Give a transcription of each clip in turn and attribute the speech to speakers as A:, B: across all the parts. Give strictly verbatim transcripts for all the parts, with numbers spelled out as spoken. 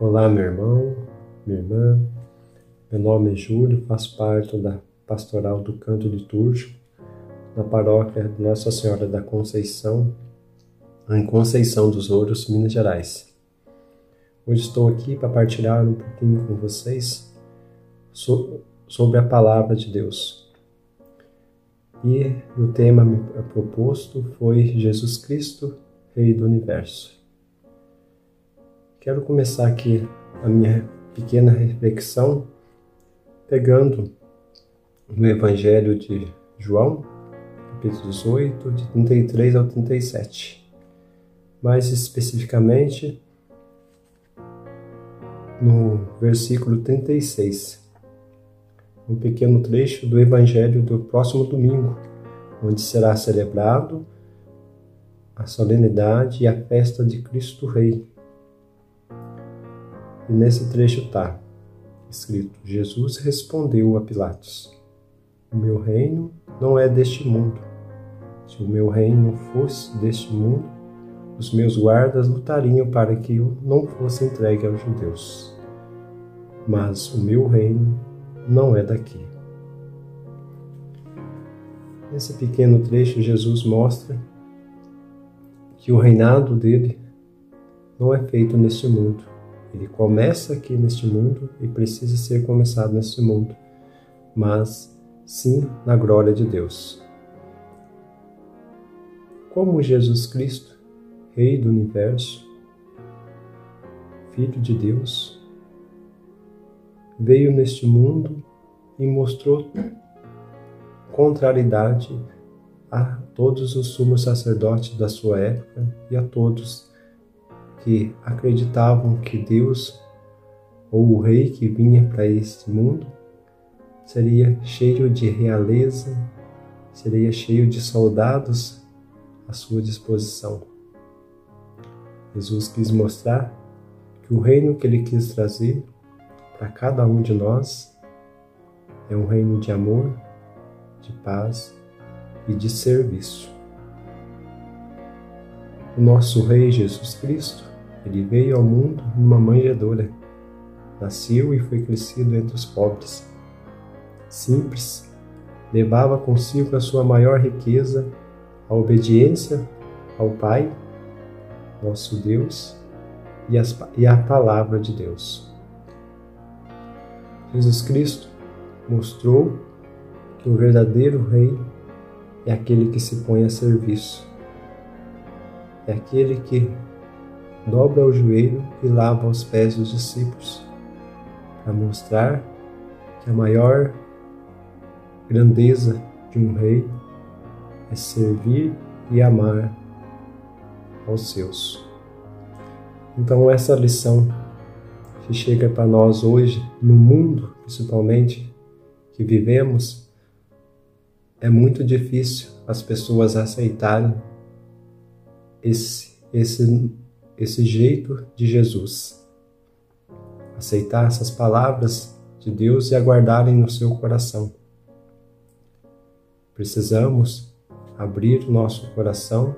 A: Olá, meu irmão, minha irmã. Meu nome é Júlio, faço parte da Pastoral do Canto Litúrgico na paróquia de Nossa Senhora da Conceição, em Conceição dos Ouros, Minas Gerais. Hoje estou aqui para partilhar um pouquinho com vocês sobre a Palavra de Deus. E o tema me proposto foi Jesus Cristo, Rei do Universo. Quero começar aqui a minha pequena reflexão pegando no Evangelho de João, capítulo dezoito, de trinta e três ao trinta e sete. Mais especificamente no versículo trinta e seis, um pequeno trecho do Evangelho do próximo domingo, onde será celebrado a solenidade e a festa de Cristo Rei. E nesse trecho está escrito: Jesus respondeu a Pilatos: o meu reino não é deste mundo. Se o meu reino fosse deste mundo, os meus guardas lutariam para que eu não fosse entregue aos judeus. Mas o meu reino não é daqui. Nesse pequeno trecho, Jesus mostra que o reinado dele não é feito neste mundo. Ele começa aqui neste mundo e precisa ser começado neste mundo, mas sim na glória de Deus. Como Jesus Cristo, Rei do Universo, Filho de Deus, veio neste mundo e mostrou contrariedade a todos os sumos sacerdotes da sua época e a todos que acreditavam que Deus, ou o rei que vinha para este mundo, seria cheio de realeza, seria cheio de soldados à sua disposição. Jesus quis mostrar que o reino que ele quis trazer para cada um de nós é um reino de amor, de paz e de serviço. O nosso Rei Jesus Cristo, ele veio ao mundo numa manjedoura, nasceu e foi crescido entre os pobres. Simples, levava consigo a sua maior riqueza, a obediência ao Pai, nosso Deus, e, as, e a Palavra de Deus. Jesus Cristo mostrou que o verdadeiro Rei é aquele que se põe a serviço, é aquele que dobra o joelho e lava os pés dos discípulos, para mostrar que a maior grandeza de um rei é servir e amar aos seus. Então essa lição que chega para nós hoje, no mundo principalmente que vivemos, é muito difícil as pessoas aceitarem esse, esse, esse jeito de Jesus. Aceitar essas palavras de Deus e aguardarem no seu coração. Precisamos abrir o nosso coração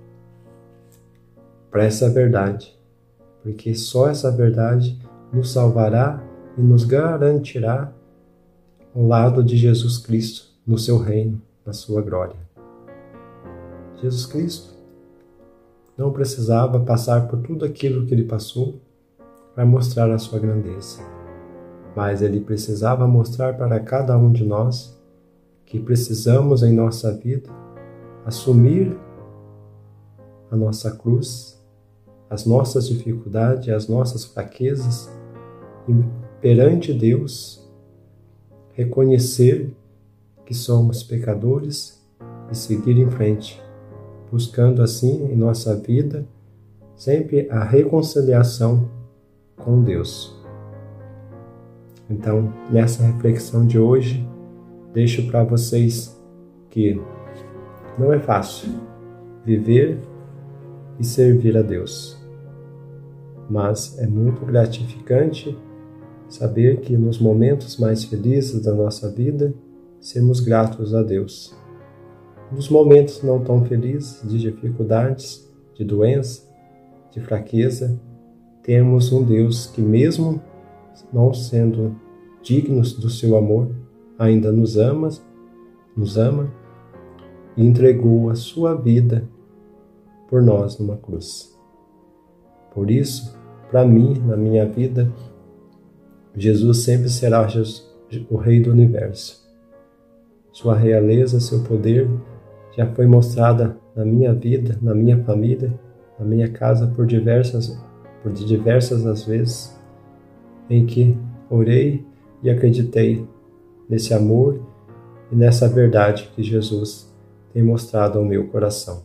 A: para essa verdade, porque só essa verdade nos salvará e nos garantirá ao lado de Jesus Cristo, no seu reino, na sua glória. Jesus Cristo não precisava passar por tudo aquilo que ele passou para mostrar a sua grandeza, mas ele precisava mostrar para cada um de nós que precisamos em nossa vida assumir a nossa cruz, as nossas dificuldades, as nossas fraquezas e perante Deus reconhecer que somos pecadores e seguir em frente, buscando assim em nossa vida sempre a reconciliação com Deus. Então, nessa reflexão de hoje, deixo para vocês que não é fácil viver e servir a Deus, mas é muito gratificante saber que nos momentos mais felizes da nossa vida, sermos gratos a Deus. Nos momentos não tão felizes, de dificuldades, de doença, de fraqueza, temos um Deus que, mesmo não sendo dignos do seu amor, ainda nos ama, nos ama e entregou a sua vida por nós numa cruz. Por isso, para mim, na minha vida, Jesus sempre será o Rei do Universo. Sua realeza, seu poder já foi mostrada na minha vida, na minha família, na minha casa por diversas, por diversas as vezes em que orei e acreditei nesse amor e nessa verdade que Jesus tem mostrado ao meu coração.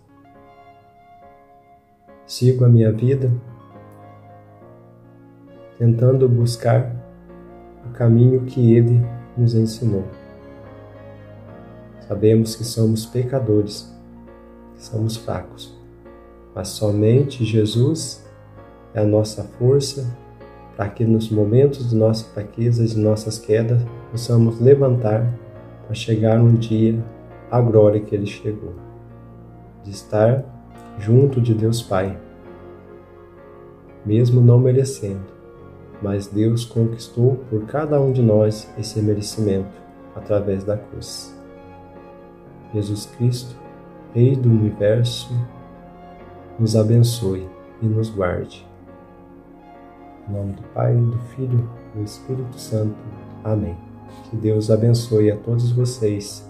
A: Sigo a minha vida tentando buscar o caminho que Ele nos ensinou. Sabemos que somos pecadores, que somos fracos, mas somente Jesus é a nossa força para que nos momentos de nossa fraqueza e de nossas quedas possamos levantar para chegar um dia à glória que Ele chegou, de estar junto de Deus Pai, mesmo não merecendo, mas Deus conquistou por cada um de nós esse merecimento através da cruz. Jesus Cristo, Rei do Universo, nos abençoe e nos guarde. Em nome do Pai, do Filho e do Espírito Santo. Amém. Que Deus abençoe a todos vocês